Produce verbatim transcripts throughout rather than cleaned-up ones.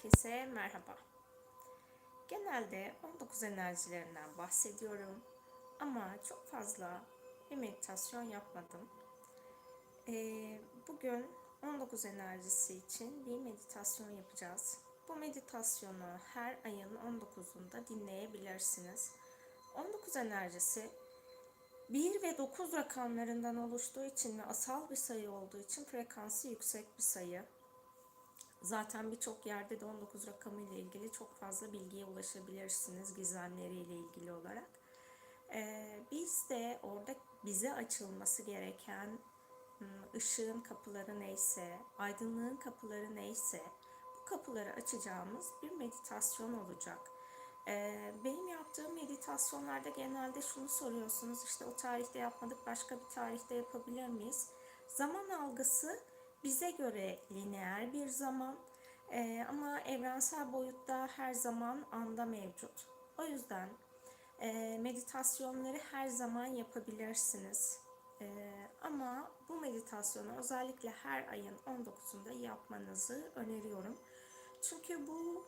Herkese merhaba. Genelde on dokuz enerjilerinden bahsediyorum ama çok fazla bir meditasyon yapmadım. Ee, bugün on dokuz enerjisi için bir meditasyon yapacağız. Bu meditasyonu her ayın on dokuzunda dinleyebilirsiniz. on dokuz enerjisi bir ve dokuz rakamlarından oluştuğu için ve asal bir sayı olduğu için frekansı yüksek bir sayı. Zaten birçok yerde de on dokuz rakamı ile ilgili çok fazla bilgiye ulaşabilirsiniz gizemleriyle ilgili olarak. Ee, biz de orada bize açılması gereken ışığın kapıları neyse, aydınlığın kapıları neyse bu kapıları açacağımız bir meditasyon olacak. Ee, benim yaptığım meditasyonlarda genelde şunu soruyorsunuz, işte o tarihte yapmadık, başka bir tarihte yapabilir miyiz? Zaman algısı bize göre lineer bir zaman. Ee, ama evrensel boyutta her zaman anda mevcut. O yüzden e, meditasyonları her zaman yapabilirsiniz. E, ama bu meditasyonu özellikle her ayın on dokuzunda yapmanızı öneriyorum. Çünkü bu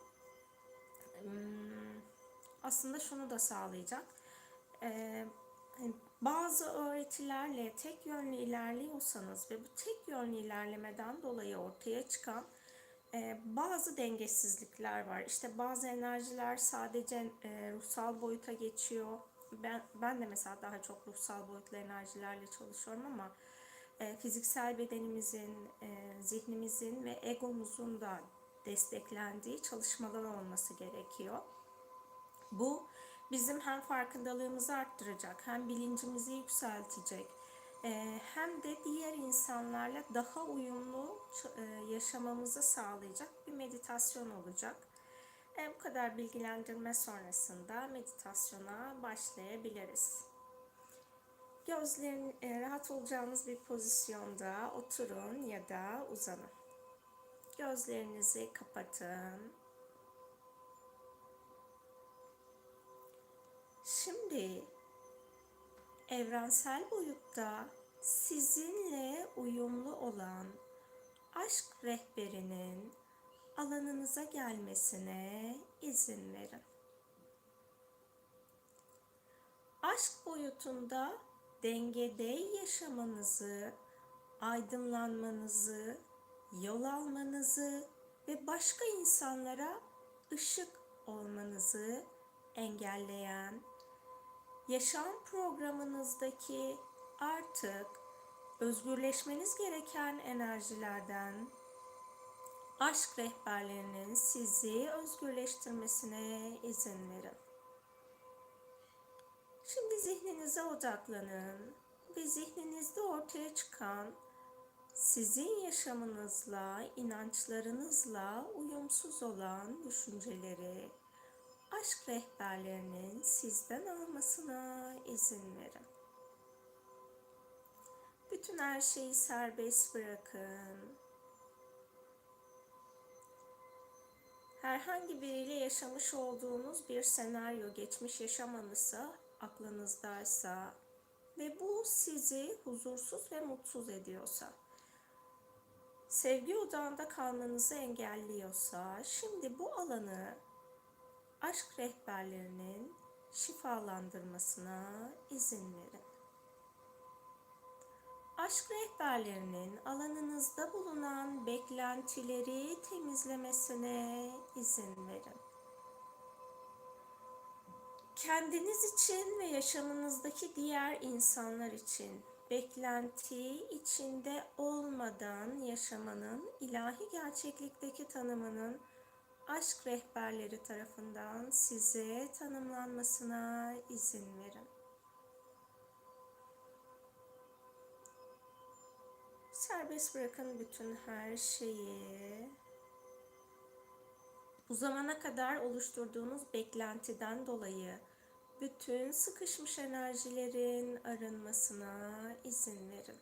aslında şunu da sağlayacak. E, bazı öğretilerle tek yönlü ilerliyorsanız ve bu tek yönlü ilerlemeden dolayı ortaya çıkan bazı dengesizlikler var. İşte bazı enerjiler sadece e, ruhsal boyuta geçiyor. Ben, ben de mesela daha çok ruhsal boyutlu enerjilerle çalışıyorum ama e, fiziksel bedenimizin, e, zihnimizin ve egomuzun da desteklendiği çalışmalar olması gerekiyor. Bu bizim hem farkındalığımızı arttıracak, hem bilincimizi yükseltecek, hem de diğer insanlarla daha uyumlu yaşamamızı sağlayacak bir meditasyon olacak. Bu kadar bilgilendirme sonrasında meditasyona başlayabiliriz. Gözlerin rahat olacağınız bir pozisyonda oturun ya da uzanın. Gözlerinizi kapatın. Şimdi evrensel boyutta sizinle uyumlu olan aşk rehberinin alanınıza gelmesine izin verin. Aşk boyutunda dengede yaşamanızı, aydınlanmanızı, yol almanızı ve başka insanlara ışık olmanızı engelleyen, yaşam programınızdaki artık özgürleşmeniz gereken enerjilerden aşk rehberlerinin sizi özgürleştirmesine izin verin. Şimdi zihninize odaklanın ve zihninizde ortaya çıkan sizin yaşamınızla, inançlarınızla uyumsuz olan düşünceleri aşk rehberlerinin sizden almasına izin verin. Bütün her şeyi serbest bırakın. Herhangi biriyle yaşamış olduğunuz bir senaryo, geçmiş yaşam anısı aklınızdaysa ve bu sizi huzursuz ve mutsuz ediyorsa, sevgi odağında kalmanızı engelliyorsa, şimdi bu alanı aşk rehberlerinin şifalandırmasına izin verin. Aşk rehberlerinin alanınızda bulunan beklentileri temizlemesine izin verin. Kendiniz için ve yaşamınızdaki diğer insanlar için beklenti içinde olmadan yaşamanın ilahi gerçeklikteki tanımının aşk rehberleri tarafından size tanımlanmasına izin verin. Serbest bırakın bütün her şeyi. Bu zamana kadar oluşturduğunuz beklentiden dolayı bütün sıkışmış enerjilerin arınmasına izin verin.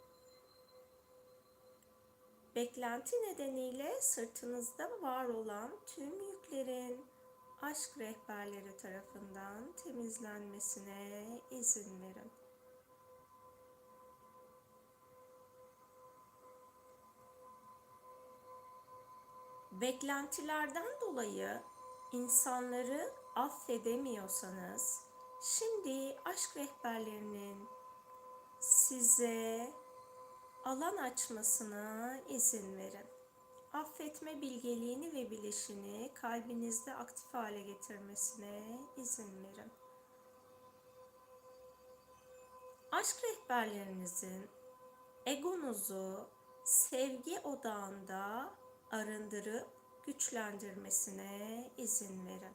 Beklenti nedeniyle sırtınızda var olan tüm yüklerin aşk rehberleri tarafından temizlenmesine izin verin. Beklentilerden dolayı insanları affedemiyorsanız, şimdi aşk rehberlerinin size alan açmasına izin verin. Affetme bilgeliğini ve bilişini kalbinizde aktif hale getirmesine izin verin. Aşk rehberlerinizin egonuzu sevgi odağında arındırıp güçlendirmesine izin verin.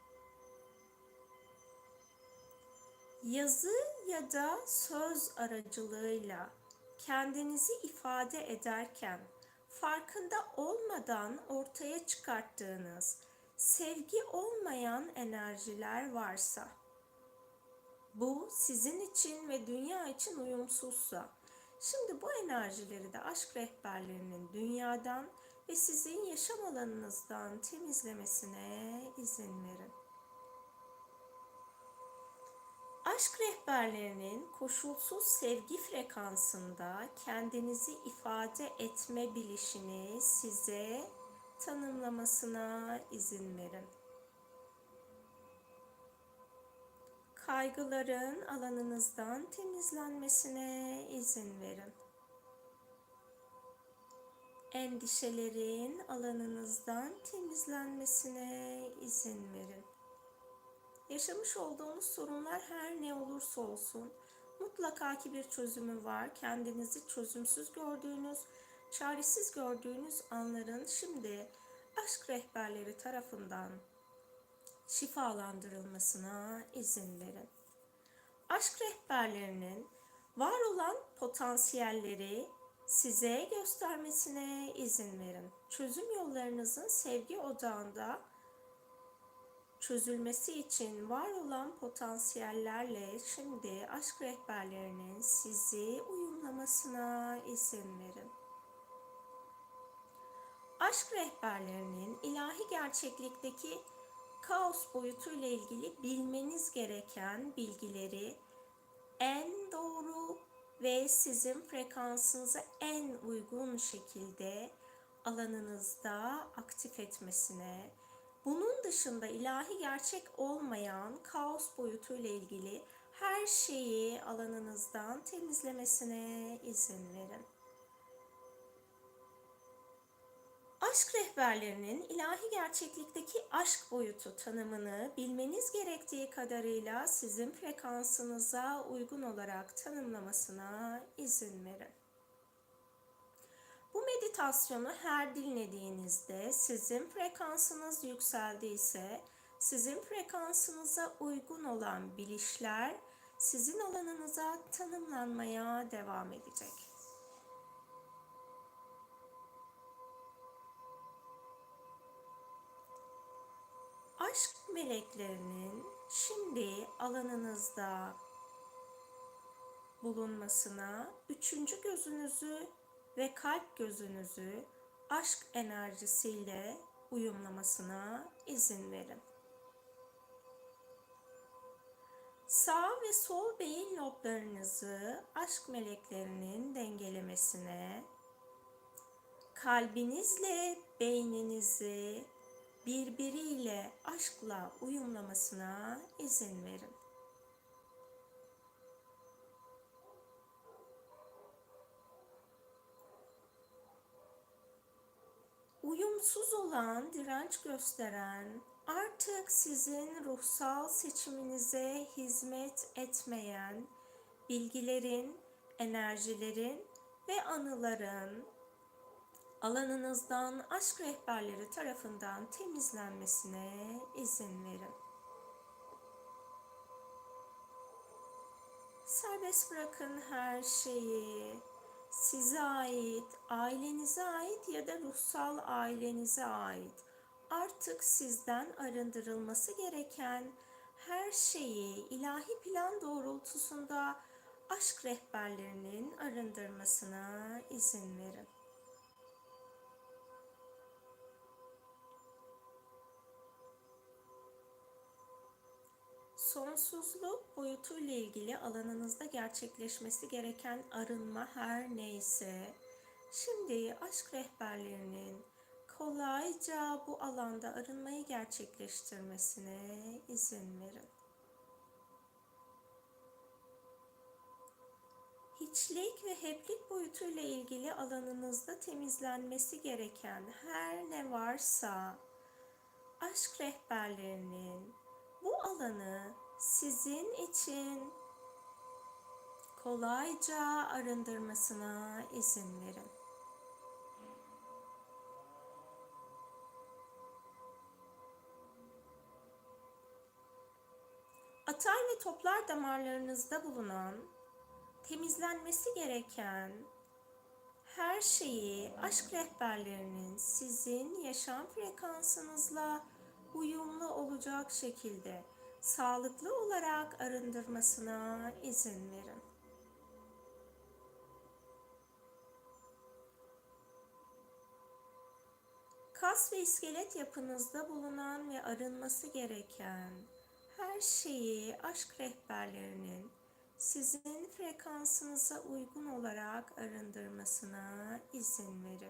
Yazı ya da söz aracılığıyla kendinizi ifade ederken farkında olmadan ortaya çıkarttığınız sevgi olmayan enerjiler varsa, bu sizin için ve dünya için uyumsuzsa, şimdi bu enerjileri de aşk rehberlerinin dünyadan ve sizin yaşam alanınızdan temizlemesine izin verin. Aşk rehberlerinin koşulsuz sevgi frekansında kendinizi ifade etme bilişini size tanımlamasına izin verin. Kaygıların alanınızdan temizlenmesine izin verin. Endişelerin alanınızdan temizlenmesine izin verin. Yaşamış olduğunuz sorunlar her ne olursa olsun, mutlaka ki bir çözümü var. Kendinizi çözümsüz gördüğünüz, çaresiz gördüğünüz anların şimdi aşk rehberleri tarafından şifalandırılmasına izin verin. Aşk rehberlerinin var olan potansiyelleri size göstermesine izin verin. Çözüm yollarınızın sevgi odağında çözülmesi için var olan potansiyellerle şimdi aşk rehberlerinin sizi uyumlamasına izin verin. Aşk rehberlerinin ilahi gerçeklikteki kaos boyutu ile ilgili bilmeniz gereken bilgileri en doğru ve sizin frekansınıza en uygun şekilde alanınızda aktif etmesine, bunun dışında ilahi gerçek olmayan kaos boyutu ile ilgili her şeyi alanınızdan temizlemesine izin verin. Aşk rehberlerinin ilahi gerçeklikteki aşk boyutu tanımını bilmeniz gerektiği kadarıyla sizin frekansınıza uygun olarak tanımlamasına izin verin. Bu meditasyonu her dinlediğinizde sizin frekansınız yükseldiyse, sizin frekansınıza uygun olan bilişler sizin alanınıza tanımlanmaya devam edecek. Aşk meleklerinin şimdi alanınızda bulunmasına, üçüncü gözünüzü ve kalp gözünüzü aşk enerjisiyle uyumlamasına izin verin. Sağ ve sol beyin loblarınızı aşk meleklerinin dengelemesine, kalbinizle beyninizi birbiriyle aşkla uyumlamasına izin verin. Uyumsuz olan, direnç gösteren, artık sizin ruhsal seçiminize hizmet etmeyen bilgilerin, enerjilerin ve anıların alanınızdan aşk rehberleri tarafından temizlenmesine izin verin. Serbest bırakın her şeyi. Size ait, ailenize ait ya da ruhsal ailenize ait artık sizden arındırılması gereken her şeyi ilahi plan doğrultusunda aşk rehberlerinin arındırmasına izin verin. Sonsuzluk boyutu ile ilgili alanınızda gerçekleşmesi gereken arınma her neyse, şimdi aşk rehberlerinin kolayca bu alanda arınmayı gerçekleştirmesine izin verin. Hiçlik ve heplik boyutuyla ilgili alanınızda temizlenmesi gereken her ne varsa aşk rehberlerinin bu alanı sizin için kolayca arındırmasına izin verin. Atar ve toplar damarlarınızda bulunan, temizlenmesi gereken her şeyi aşk rehberlerinin sizin yaşam frekansınızla uyumlu olacak şekilde sağlıklı olarak arındırmasına izin verin. Kas ve iskelet yapınızda bulunan ve arınması gereken her şeyi aşk rehberlerinin sizin frekansınıza uygun olarak arındırmasına izin verin.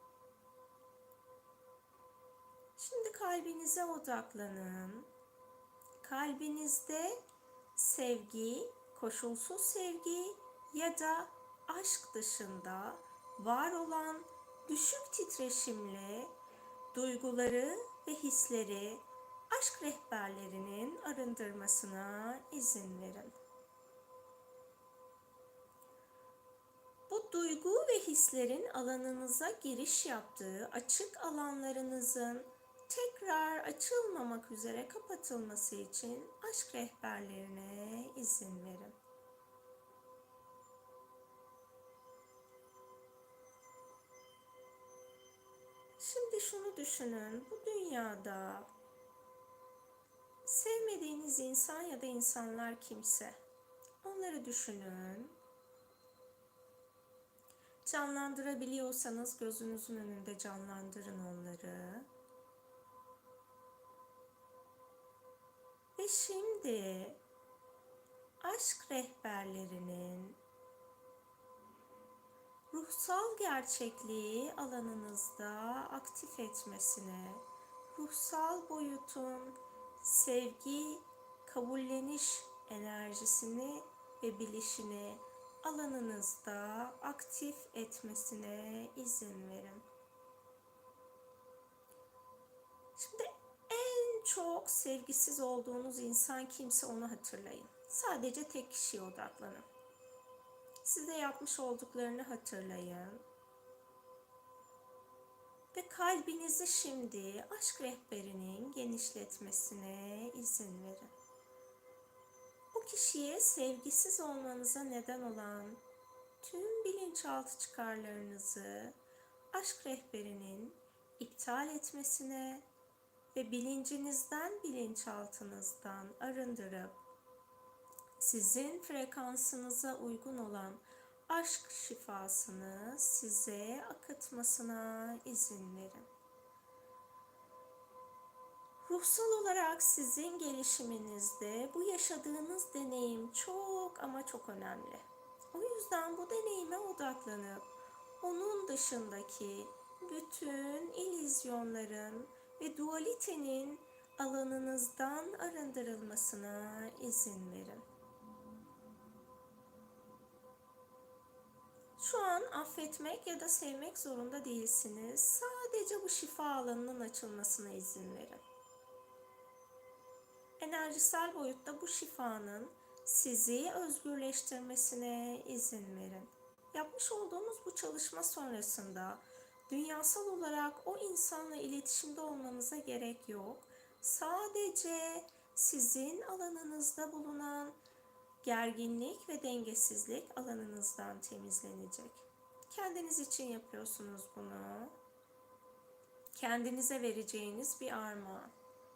Şimdi kalbinize odaklanın. Kalbinizde sevgi, koşulsuz sevgi ya da aşk dışında var olan düşük titreşimli duyguları ve hisleri aşk rehberlerinin arındırmasına izin verin. Bu duygu ve hislerin alanınıza giriş yaptığı açık alanlarınızın tekrar açılmamak üzere kapatılması için aşk rehberlerine izin verin. Şimdi şunu düşünün, bu dünyada sevmediğiniz insan ya da insanlar kimse, onları düşünün. Canlandırabiliyorsanız gözünüzün önünde canlandırın onları. Ve şimdi aşk rehberlerinin ruhsal gerçekliği alanınızda aktif etmesine, ruhsal boyutun sevgi, kabulleniş enerjisini ve bilişini alanınızda aktif etmesine izin verin. Şimdi en çok sevgisiz olduğunuz insan kimse onu hatırlayın. Sadece tek kişiye odaklanın. Size yapmış olduklarını hatırlayın. Ve kalbinizi şimdi aşk rehberinin genişletmesine izin verin. O kişiye sevgisiz olmanıza neden olan tüm bilinçaltı çıkarlarınızı aşk rehberinin iptal etmesine ve bilincinizden, bilinçaltınızdan arındırıp sizin frekansınıza uygun olan aşk şifasını size akıtmasına izin verin. Ruhsal olarak sizin gelişiminizde bu yaşadığınız deneyim çok ama çok önemli. O yüzden bu deneyime odaklanıp onun dışındaki bütün illüzyonların ve dualitenin alanınızdan arındırılmasına izin verin. Şu an affetmek ya da sevmek zorunda değilsiniz. Sadece bu şifa alanının açılmasına izin verin. Enerjisel boyutta bu şifanın sizi özgürleştirmesine izin verin. Yapmış olduğumuz bu çalışma sonrasında dünyasal olarak o insanla iletişimde olmanıza gerek yok. Sadece sizin alanınızda bulunan gerginlik ve dengesizlik alanınızdan temizlenecek. Kendiniz için yapıyorsunuz bunu. Kendinize vereceğiniz bir armağan.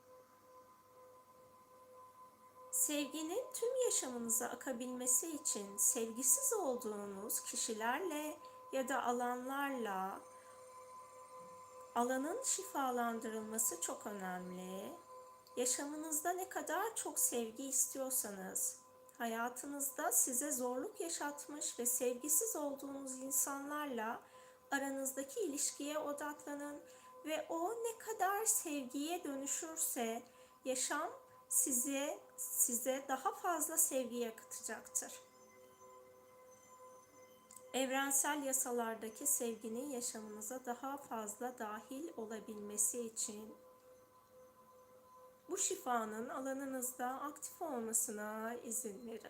Sevginin tüm yaşamınıza akabilmesi için sevgisiz olduğunuz kişilerle ya da alanlarla alanın şifalandırılması çok önemli. Yaşamınızda ne kadar çok sevgi istiyorsanız, hayatınızda size zorluk yaşatmış ve sevgisiz olduğunuz insanlarla aranızdaki ilişkiye odaklanın ve o ne kadar sevgiye dönüşürse yaşam size size daha fazla sevgi akıtacaktır. Evrensel yasalardaki sevginin yaşamınıza daha fazla dahil olabilmesi için bu şifanın alanınızda aktif olmasına izin verin.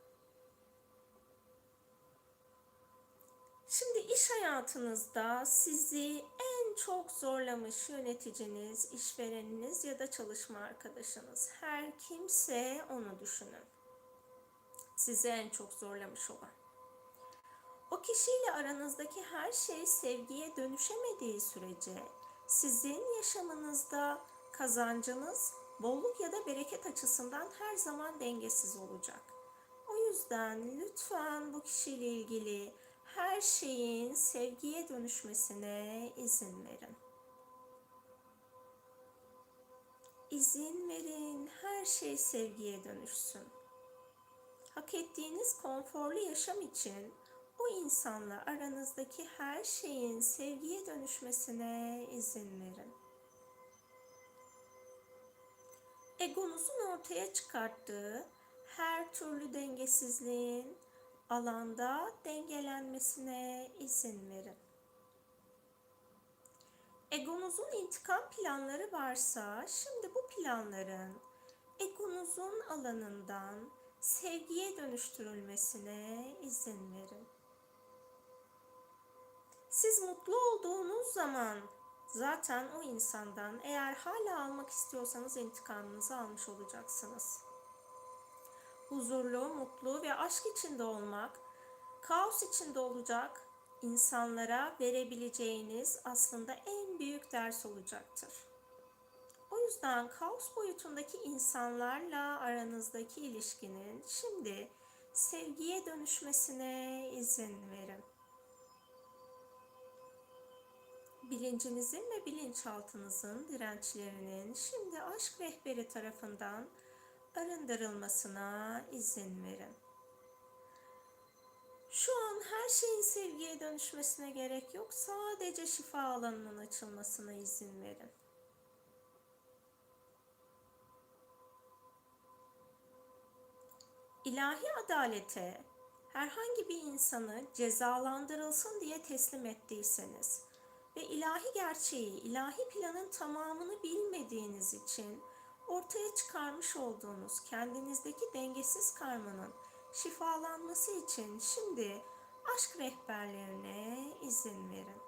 Şimdi iş hayatınızda sizi en çok zorlamış yöneticiniz, işvereniniz ya da çalışma arkadaşınız. Her kimse onu düşünün. Sizi en çok zorlamış olan. O kişiyle aranızdaki her şey sevgiye dönüşemediği sürece sizin yaşamınızda kazancınız bolluk ya da bereket açısından her zaman dengesiz olacak. O yüzden lütfen bu kişiyle ilgili her şeyin sevgiye dönüşmesine izin verin. İzin verin, her şey sevgiye dönüşsün. Hak ettiğiniz konforlu yaşam için o insanla aranızdaki her şeyin sevgiye dönüşmesine izin verin. Egonuzun ortaya çıkarttığı her türlü dengesizliğin alanda dengelenmesine izin verin. Egonuzun intikam planları varsa şimdi bu planların egonuzun alanından sevgiye dönüştürülmesine izin verin. Siz mutlu olduğunuz zaman zaten o insandan eğer hala almak istiyorsanız intikamınızı almış olacaksınız. Huzurlu, mutlu ve aşk içinde olmak, kaos içinde olacak insanlara verebileceğiniz aslında en büyük ders olacaktır. O yüzden kaos boyutundaki insanlarla aranızdaki ilişkinin şimdi sevgiye dönüşmesine izin verin. Bilincinizin ve bilinçaltınızın dirençlerinin şimdi aşk rehberi tarafından arındırılmasına izin verin. Şu an her şeyin sevgiye dönüşmesine gerek yok. Sadece şifa alanının açılmasına izin verin. İlahi adalete herhangi bir insanı cezalandırılsın diye teslim ettiyseniz ve ilahi gerçeği, ilahi planın tamamını bilmediğiniz için ortaya çıkarmış olduğunuz kendinizdeki dengesiz karmanın şifalanması için şimdi aşk rehberlerine izin verin.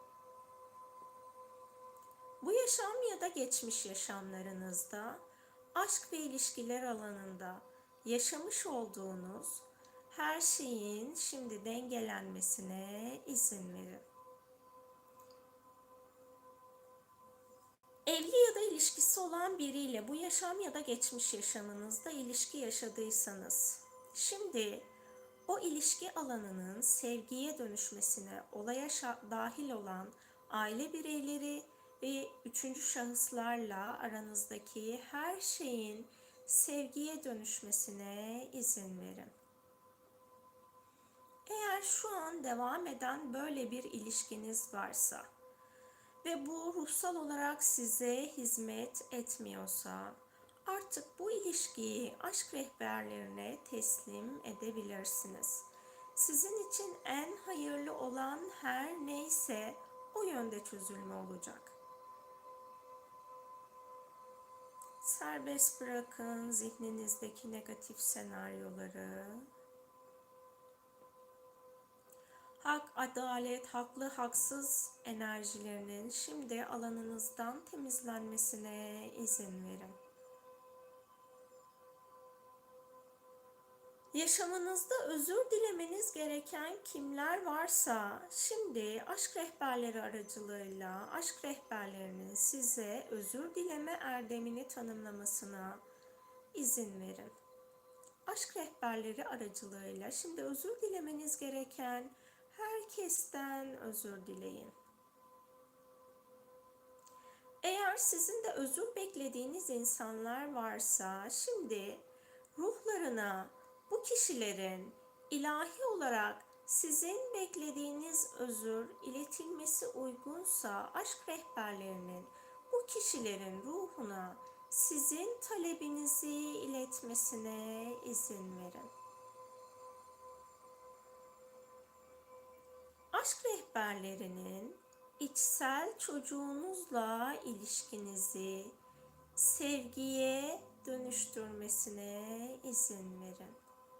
Bu yaşam ya da geçmiş yaşamlarınızda aşk ve ilişkiler alanında yaşamış olduğunuz her şeyin şimdi dengelenmesine izin verin. Evli ya da ilişkisi olan biriyle bu yaşam ya da geçmiş yaşamınızda ilişki yaşadıysanız, şimdi o ilişki alanının sevgiye dönüşmesine olaya dahil olan aile bireyleri ve üçüncü şahıslarla aranızdaki her şeyin sevgiye dönüşmesine izin verin. Eğer şu an devam eden böyle bir ilişkiniz varsa ve bu ruhsal olarak size hizmet etmiyorsa, artık bu ilişkiyi aşk rehberlerine teslim edebilirsiniz. Sizin için en hayırlı olan her neyse o yönde çözülme olacak. Serbest bırakın zihninizdeki negatif senaryoları. Hak, adalet, haklı, haksız enerjilerinin şimdi alanınızdan temizlenmesine izin verin. Yaşamınızda özür dilemeniz gereken kimler varsa şimdi aşk rehberleri aracılığıyla aşk rehberlerinin size özür dileme erdemini tanımlamasına izin verin. Aşk rehberleri aracılığıyla şimdi özür dilemeniz gereken herkesten özür dileyin. Eğer sizin de özür beklediğiniz insanlar varsa şimdi ruhlarına bu kişilerin ilahi olarak Sizin beklediğiniz özür iletilmesi uygunsa aşk rehberlerinin bu kişilerin ruhuna sizin talebinizi iletmesine izin verin. Aşk rehberlerinin içsel çocuğunuzla ilişkinizi sevgiye dönüştürmesine izin verin.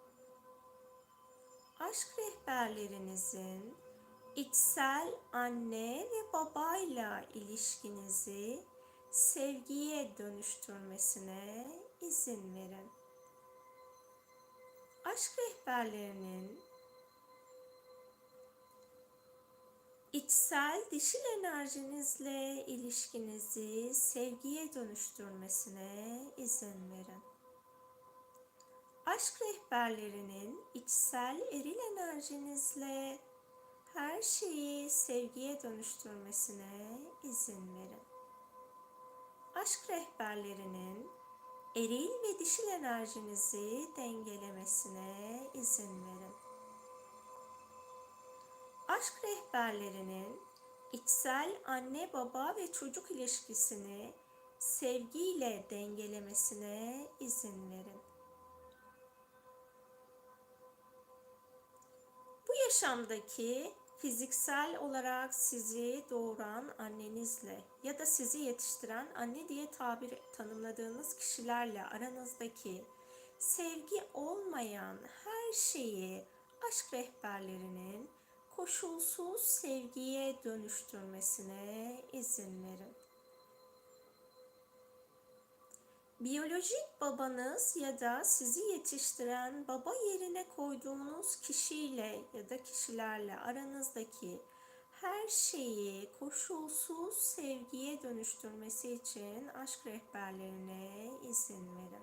Aşk rehberlerinizin içsel anne ve babayla ilişkinizi sevgiye dönüştürmesine izin verin. Aşk rehberlerinin içsel dişil enerjinizle ilişkinizi sevgiye dönüştürmesine izin verin. Aşk rehberlerinin içsel eril enerjinizle her şeyi sevgiye dönüştürmesine izin verin. Aşk rehberlerinin eril ve dişil enerjinizi dengelemesine izin verin. Aşk rehberlerinin içsel anne baba ve çocuk ilişkisini sevgiyle dengelemesine izin verin. Bu yaşamdaki fiziksel olarak sizi doğuran annenizle ya da sizi yetiştiren anne diye tabir tanımladığınız kişilerle aranızdaki sevgi olmayan her şeyi aşk rehberlerinin koşulsuz sevgiye dönüştürmesine izin verin. Biyolojik babanız ya da sizi yetiştiren baba yerine koyduğunuz kişiyle ya da kişilerle aranızdaki her şeyi koşulsuz sevgiye dönüştürmesi için aşk rehberlerine izin verin.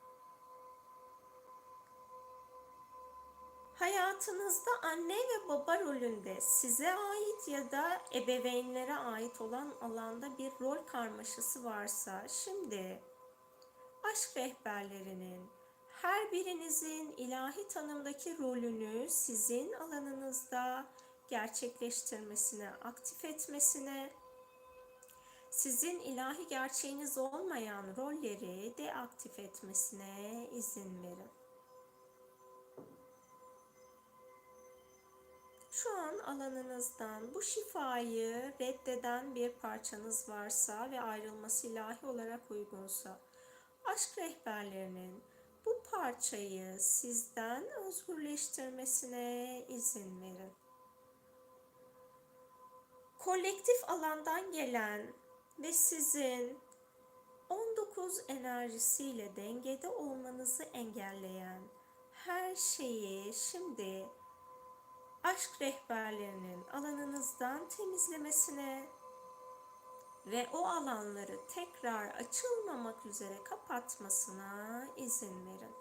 Hayatınızda anne ve baba rolünde size ait ya da ebeveynlere ait olan alanda bir rol karmaşası varsa şimdi aşk rehberlerinin her birinizin ilahi tanımdaki rolünü sizin alanınızda gerçekleştirmesine, aktif etmesine, sizin ilahi gerçeğiniz olmayan rolleri deaktif etmesine izin verin. Şu an alanınızdan bu şifayı reddeden bir parçanız varsa ve ayrılması ilahi olarak uygunsa, aşk rehberlerinin bu parçayı sizden özgürleştirmesine izin verin. Kolektif alandan gelen ve sizin on dokuz enerjisiyle dengede olmanızı engelleyen her şeyi şimdi aşk rehberlerinin alanınızdan temizlemesine ve o alanları tekrar açılmamak üzere kapatmasına izin verin.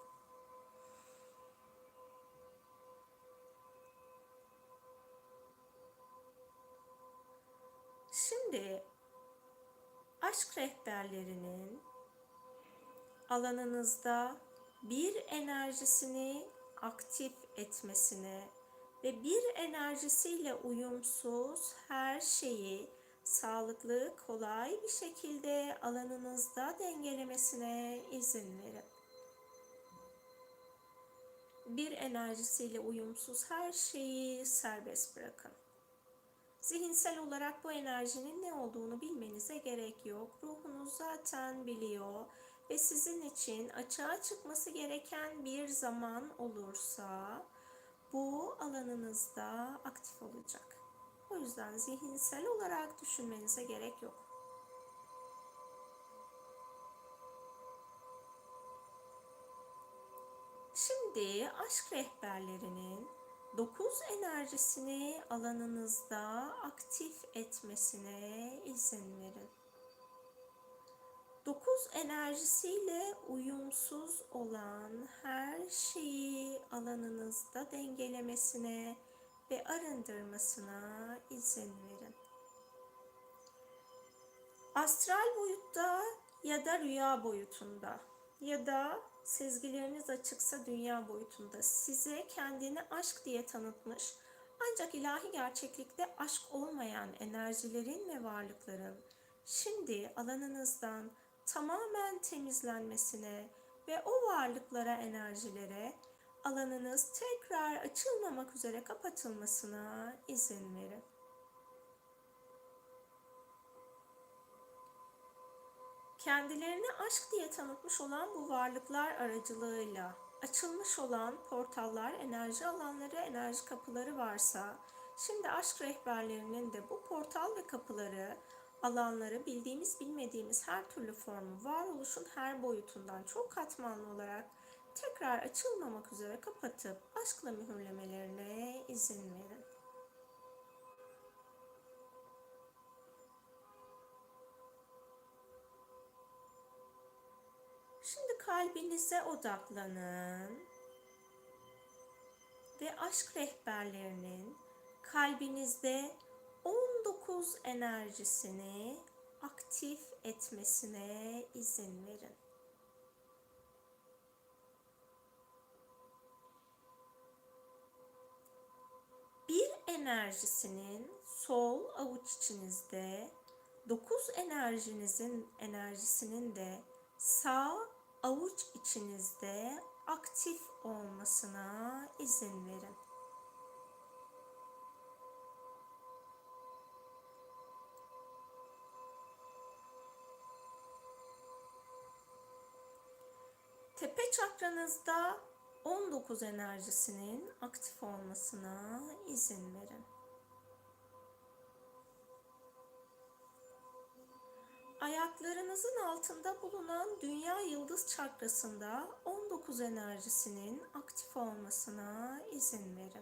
Şimdi aşk rehberlerinin alanınızda bir enerjisini aktif etmesine ve bir enerjisiyle uyumsuz her şeyi sağlıklı, kolay bir şekilde alanınızda dengelemesine izin verin. Bir enerjisiyle uyumsuz her şeyi serbest bırakın. Zihinsel olarak bu enerjinin ne olduğunu bilmenize gerek yok. Ruhunuz zaten biliyor ve sizin için açığa çıkması gereken bir zaman olursa bu alanınızda aktif olacak. O yüzden zihinsel olarak düşünmenize gerek yok. Şimdi aşk rehberlerinin dokuz enerjisini alanınızda aktif etmesine izin verin. dokuz enerjisiyle uyumsuz olan her şeyi alanınızda dengelemesine ve arındırmasına izin verin. Astral boyutta ya da rüya boyutunda ya da sezgileriniz açıksa dünya boyutunda size kendini aşk diye tanıtmış Ancak ilahi gerçeklikte aşk olmayan enerjilerin ve varlıkların şimdi alanınızdan tamamen temizlenmesine ve o varlıklara, enerjilere alanınız tekrar açılmamak üzere kapatılmasına izin verin. Kendilerini aşk diye tanıtmış olan bu varlıklar aracılığıyla açılmış olan portallar, enerji alanları, enerji kapıları varsa, şimdi aşk rehberlerinin de bu portal ve kapıları, alanları bildiğimiz bilmediğimiz her türlü formu, varoluşun her boyutundan çok katmanlı olarak tekrar açılmamak üzere kapatıp aşkla mühürlemelerine izin verin. Şimdi kalbinize odaklanın ve aşk rehberlerinin kalbinizde on dokuz enerjisini aktif etmesine izin verin. Bir enerjisinin sol avuç içinizde, dokuz enerjinizin enerjisinin de sağ avuç içinizde aktif olmasına izin verin. Tepe çakranızda on dokuz enerjisinin aktif olmasına izin verin. Ayaklarınızın altında bulunan dünya yıldız çakrasında on dokuz enerjisinin aktif olmasına izin verin.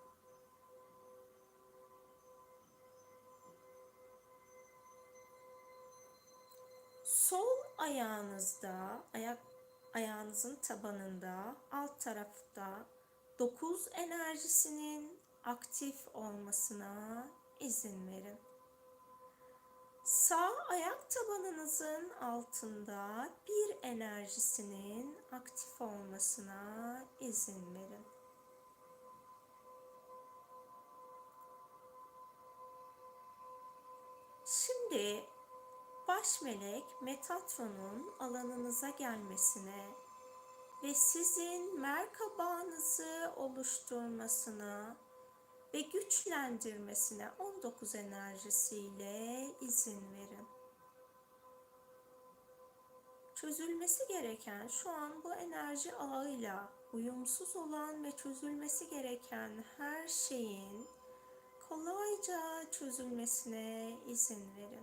Sol ayağınızda, ayak ayağınızın tabanında, alt tarafta dokuz enerjisinin aktif olmasına izin verin. Sağ ayak tabanınızın altında bir enerjisinin aktif olmasına izin verin. Şimdi baş melek Metatron'un alanınıza gelmesine ve sizin merkabağınızı oluşturmasına ve güçlendirmesine on dokuz enerjisiyle izin verin. Çözülmesi gereken, şu an bu enerji ağıyla uyumsuz olan ve çözülmesi gereken her şeyin kolayca çözülmesine izin verin.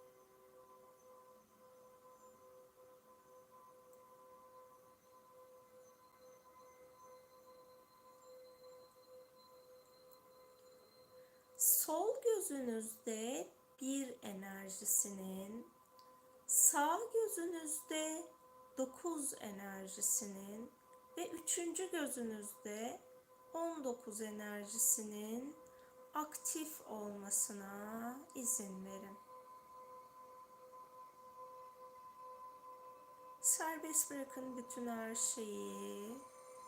Sol gözünüzde bir enerjisinin, sağ gözünüzde dokuz enerjisinin ve üçüncü gözünüzde on dokuz enerjisinin aktif olmasına izin verin. Serbest bırakın bütün her şeyi.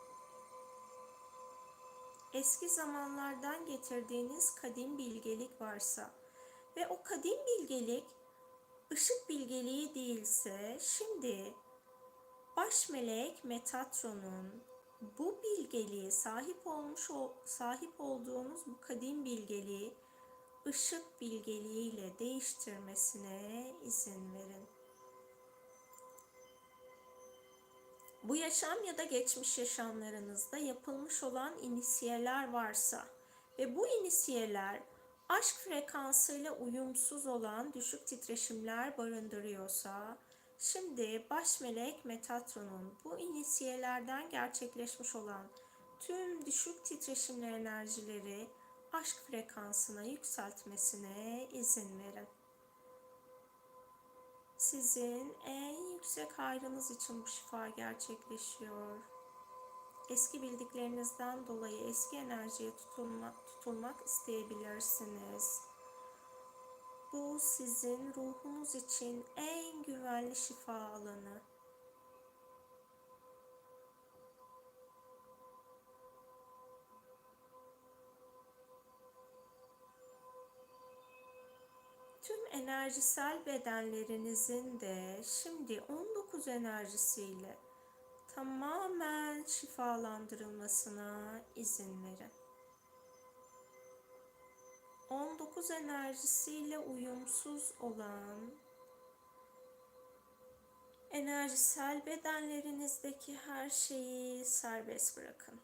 Eski zamanlardan getirdiğiniz kadim bilgelik varsa ve o kadim bilgelik ışık bilgeliği değilse, şimdi baş melek Metatron'un bu bilgeliği, sahip olmuş sahip olduğunuz bu kadim bilgeliği ışık bilgeliğiyle değiştirmesine izin verin. Bu yaşam ya da geçmiş yaşamlarınızda yapılmış olan inisiyeler varsa ve bu inisiyeler aşk frekansıyla uyumsuz olan düşük titreşimler barındırıyorsa, şimdi baş melek Metatron'un bu inisiyelerden gerçekleşmiş olan tüm düşük titreşimler enerjileri aşk frekansına yükseltmesine izin verin. Sizin en yüksek hayrınız için bu şifa gerçekleşiyor. Eski bildiklerinizden dolayı eski enerjiye tutulma, tutulmak isteyebilirsiniz. Bu sizin ruhunuz için en güvenli şifa alanı. enerjisel bedenlerinizin de şimdi on dokuz enerjisiyle tamamen şifalandırılmasına izin verin. on dokuz enerjisiyle uyumsuz olan enerjisel bedenlerinizdeki her şeyi serbest bırakın.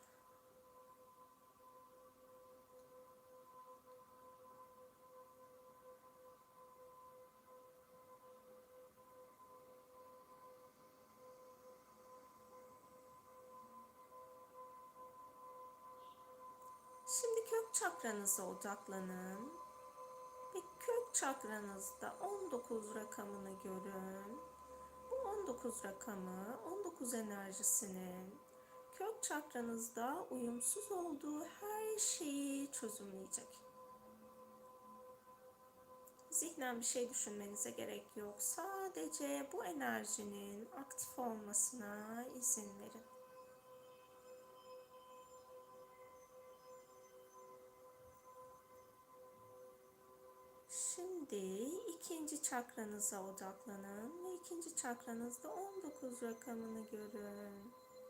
Şimdi kök çakranıza odaklanın ve kök çakranızda on dokuz rakamını görün. Bu on dokuz rakamı, on dokuz enerjisinin kök çakranızda uyumsuz olduğu her şeyi çözümleyecek. Zihnen bir şey düşünmenize gerek yok. Sadece bu enerjinin aktif olmasına izin verin. Şimdi ikinci çakranıza odaklanın ve ikinci çakranızda on dokuz rakamını görün.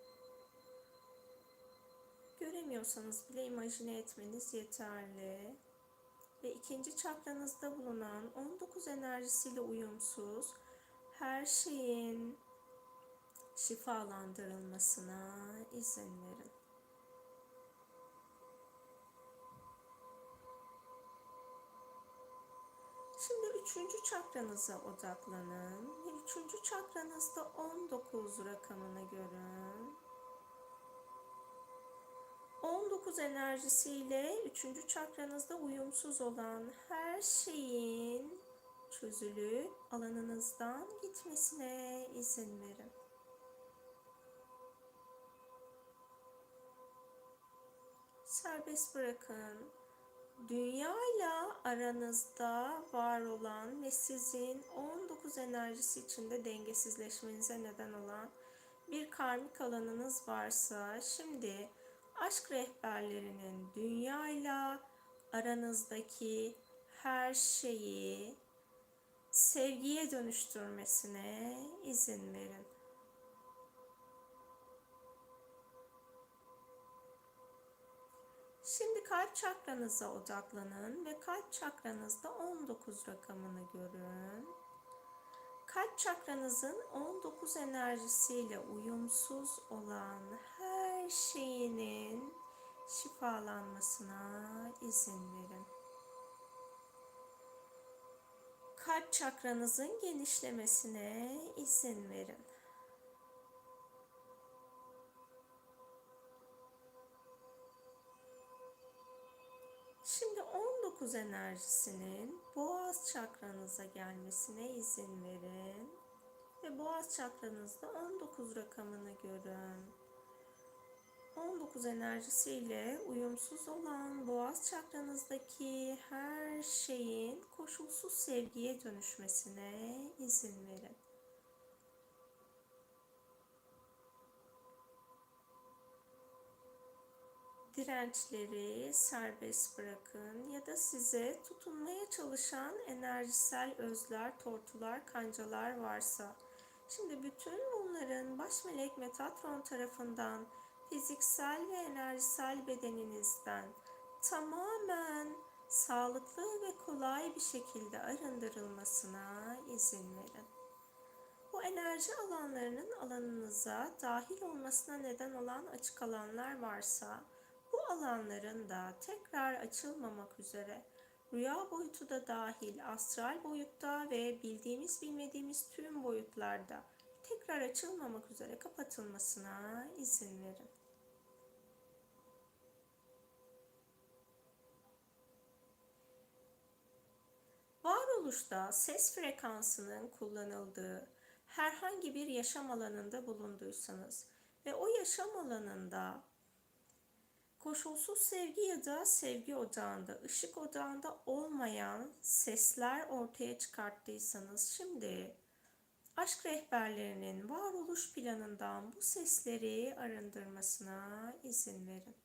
Göremiyorsanız bile imajine etmeniz yeterli. Ve ikinci çakranızda bulunan on dokuz enerjisiyle uyumsuz her şeyin şifalandırılmasına izin verin. Şimdi üçüncü çakranıza odaklanın ve üçüncü çakranızda on dokuz rakamını görün. on dokuz enerjisiyle üçüncü çakranızda uyumsuz olan her şeyin çözülüp alanınızdan gitmesine izin verin. Serbest bırakın. Dünya ile aranızda var olan ve sizin on dokuz enerjisi içinde dengesizleşmenize neden olan bir karmik alanınız varsa şimdi aşk rehberlerinin dünya ile aranızdaki her şeyi sevgiye dönüştürmesine izin verin. Şimdi kalp çakranıza odaklanın ve kalp çakranızda on dokuz rakamını görün. Kalp çakranızın on dokuz enerjisiyle uyumsuz olan her şeyinin şifalanmasına izin verin. Kalp çakranızın genişlemesine izin verin. Şimdi on dokuz enerjisinin boğaz çakranıza gelmesine izin verin. Ve boğaz çakranızda on dokuz rakamını görün. on dokuz enerjisiyle uyumsuz olan boğaz çakranızdaki her şeyin koşulsuz sevgiye dönüşmesine izin verin. Dirençleri serbest bırakın ya da size tutunmaya çalışan enerjisel özler, tortular, kancalar varsa şimdi bütün bunların baş melek Metatron tarafından fiziksel ve enerjisel bedeninizden tamamen sağlıklı ve kolay bir şekilde arındırılmasına izin verin. Bu enerji alanlarının alanınıza dahil olmasına neden olan açık alanlar varsa bu alanların da tekrar açılmamak üzere rüya boyutu da dahil astral boyutta ve bildiğimiz bilmediğimiz tüm boyutlarda tekrar açılmamak üzere kapatılmasına izin verin. Varoluşta ses frekansının kullanıldığı herhangi bir yaşam alanında bulunduysanız ve o yaşam alanında koşulsuz sevgi ya da sevgi odağında, ışık odağında olmayan sesler ortaya çıkarttıysanız şimdi aşk rehberlerinin varoluş planından bu sesleri arındırmasına izin verin.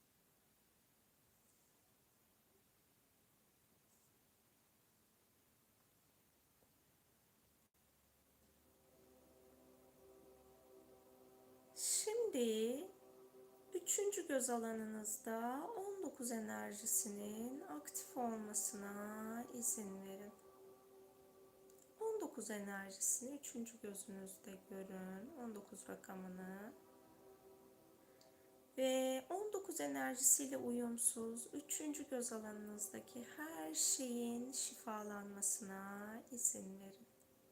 Şimdi üçüncü göz alanınızda on dokuz enerjisinin aktif olmasına izin verin. on dokuz enerjisini üçüncü gözünüzde görün. on dokuz rakamını. Ve on dokuz enerjisiyle uyumsuz üçüncü göz alanınızdaki her şeyin şifalanmasına izin verin.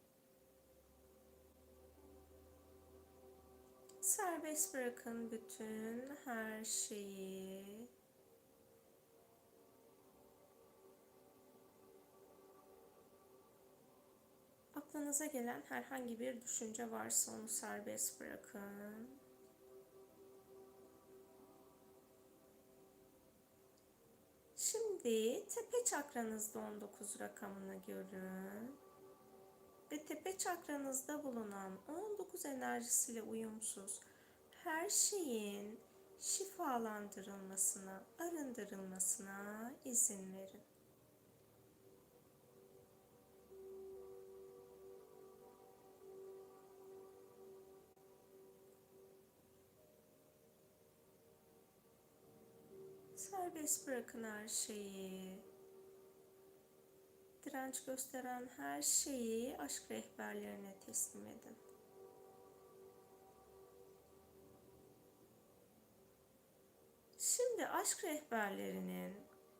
Serbest bırakın bütün her şeyi. Aklınıza gelen herhangi bir düşünce varsa onu serbest bırakın. Şimdi tepe çakranızda on dokuz rakamını görün. Ve tepe çakranızda bulunan on dokuz enerjisiyle uyumsuz her şeyin şifalandırılmasına, arındırılmasına izin verin. Serbest bırakın her şeyi. Direnç gösteren her şeyi aşk rehberlerine teslim edin. Şimdi aşk rehberlerinin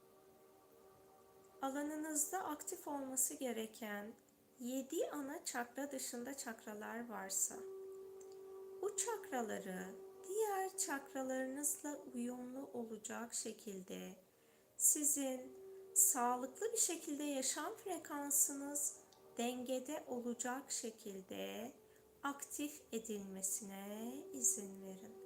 alanınızda aktif olması gereken yedi ana çakra dışında çakralar varsa, bu çakraları diğer çakralarınızla uyumlu olacak şekilde sizin sağlıklı bir şekilde yaşam frekansınız dengede olacak şekilde aktif edilmesine izin verin.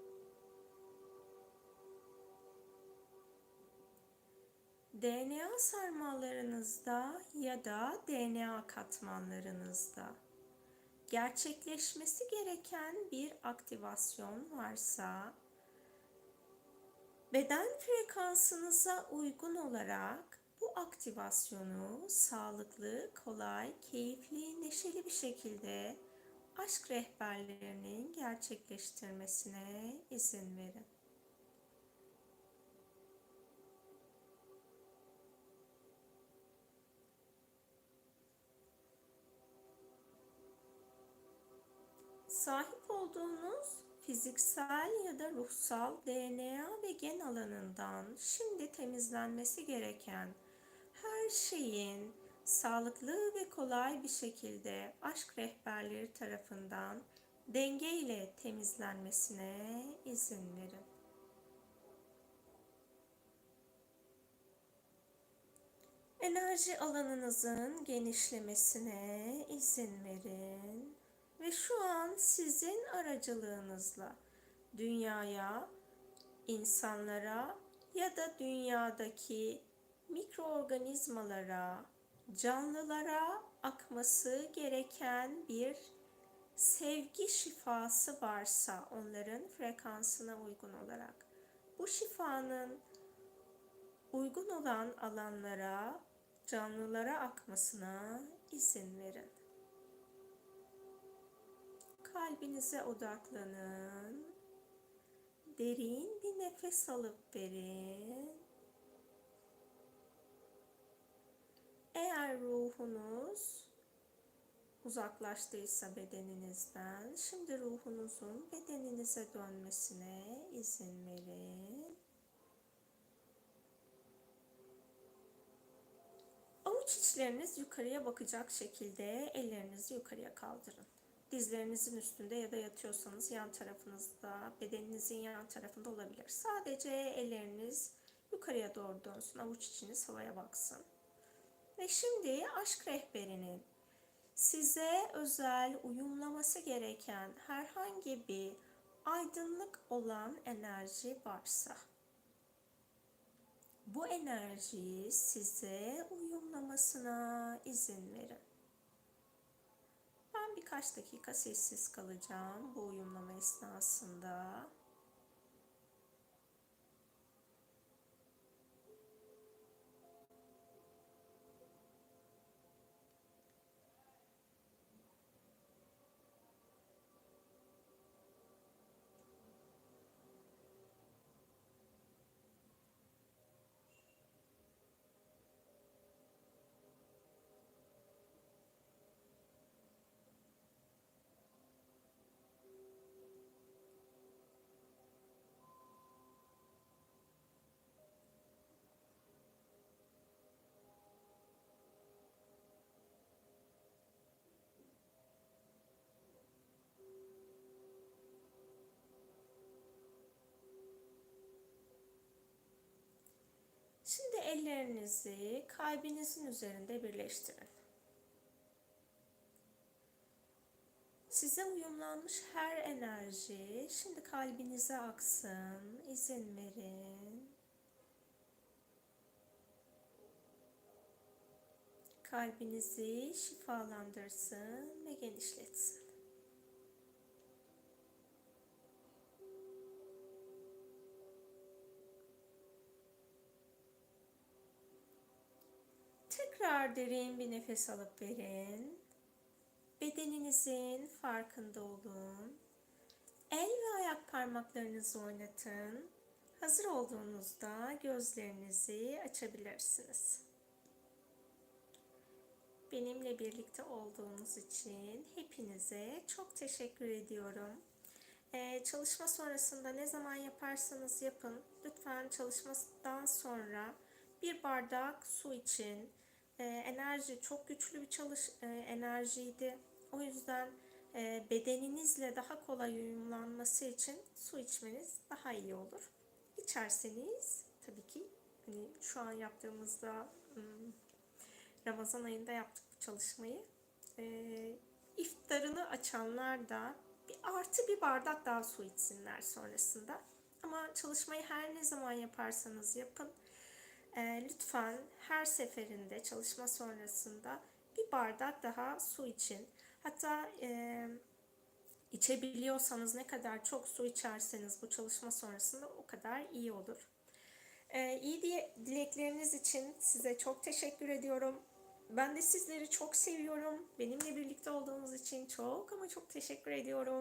D N A sarmallarınızda ya da D N A katmanlarınızda gerçekleşmesi gereken bir aktivasyon varsa, beden frekansınıza uygun olarak bu aktivasyonu sağlıklı, kolay, keyifli, neşeli bir şekilde aşk rehberlerinin gerçekleştirmesine izin verin. Sahip olduğunuz fiziksel ya da ruhsal D N A ve gen alanından şimdi temizlenmesi gereken her şeyin sağlıklı ve kolay bir şekilde aşk rehberleri tarafından denge ile temizlenmesine izin verin. Enerji alanınızın genişlemesine izin verin. Ve şu an sizin aracılığınızla dünyaya, insanlara ya da dünyadaki mikroorganizmalara, canlılara akması gereken bir sevgi şifası varsa onların frekansına uygun olarak bu şifanın uygun olan alanlara, canlılara akmasına izin verin. Kalbinize odaklanın. Derin bir nefes alıp verin. Eğer ruhunuz uzaklaştıysa bedeninizden, şimdi ruhunuzun bedeninize dönmesine izin verin. Avuç içleriniz yukarıya bakacak şekilde ellerinizi yukarıya kaldırın. Dizlerinizin üstünde ya da yatıyorsanız yan tarafınızda, bedeninizin yan tarafında olabilir. Sadece elleriniz yukarıya doğru dönsün, avuç içiniz havaya baksın. Ve şimdi aşk rehberinin size özel uyumlaması gereken herhangi bir aydınlık olan enerji varsa, bu enerjiyi size uyumlamasına izin verin. Ben birkaç dakika sessiz kalacağım bu uyumlama esnasında. ellerinizi kalbinizin üzerinde birleştirin. Size uyumlanmış her enerji şimdi kalbinize aksın, izin verin. Kalbinizi şifalandırsın ve genişletsin. Tekrar derin bir nefes alıp verin. Bedeninizin farkında olun. El ve ayak parmaklarınızı oynatın. Hazır olduğunuzda gözlerinizi açabilirsiniz. Benimle birlikte olduğunuz için hepinize çok teşekkür ediyorum. Ee, çalışma sonrasında ne zaman yaparsanız yapın, lütfen çalışmadan sonra bir bardak su için. Ee, enerji çok güçlü bir çalış e, enerjiydi. O yüzden e, bedeninizle daha kolay uyumlanması için su içmeniz daha iyi olur. İçerseniz tabii ki hani şu an yaptığımızda Ramazan ayında yaptık bu çalışmayı. Ee, iftarını açanlar da bir artı bir bardak daha su içsinler sonrasında. Ama çalışmayı her ne zaman yaparsanız yapın. E, lütfen her seferinde çalışma sonrasında bir bardak daha su için. Hatta e, içebiliyorsanız ne kadar çok su içerseniz bu çalışma sonrasında o kadar iyi olur. E, iyi diye dilekleriniz için size çok teşekkür ediyorum. Ben de sizleri çok seviyorum. Benimle birlikte olduğunuz için çok ama çok teşekkür ediyorum.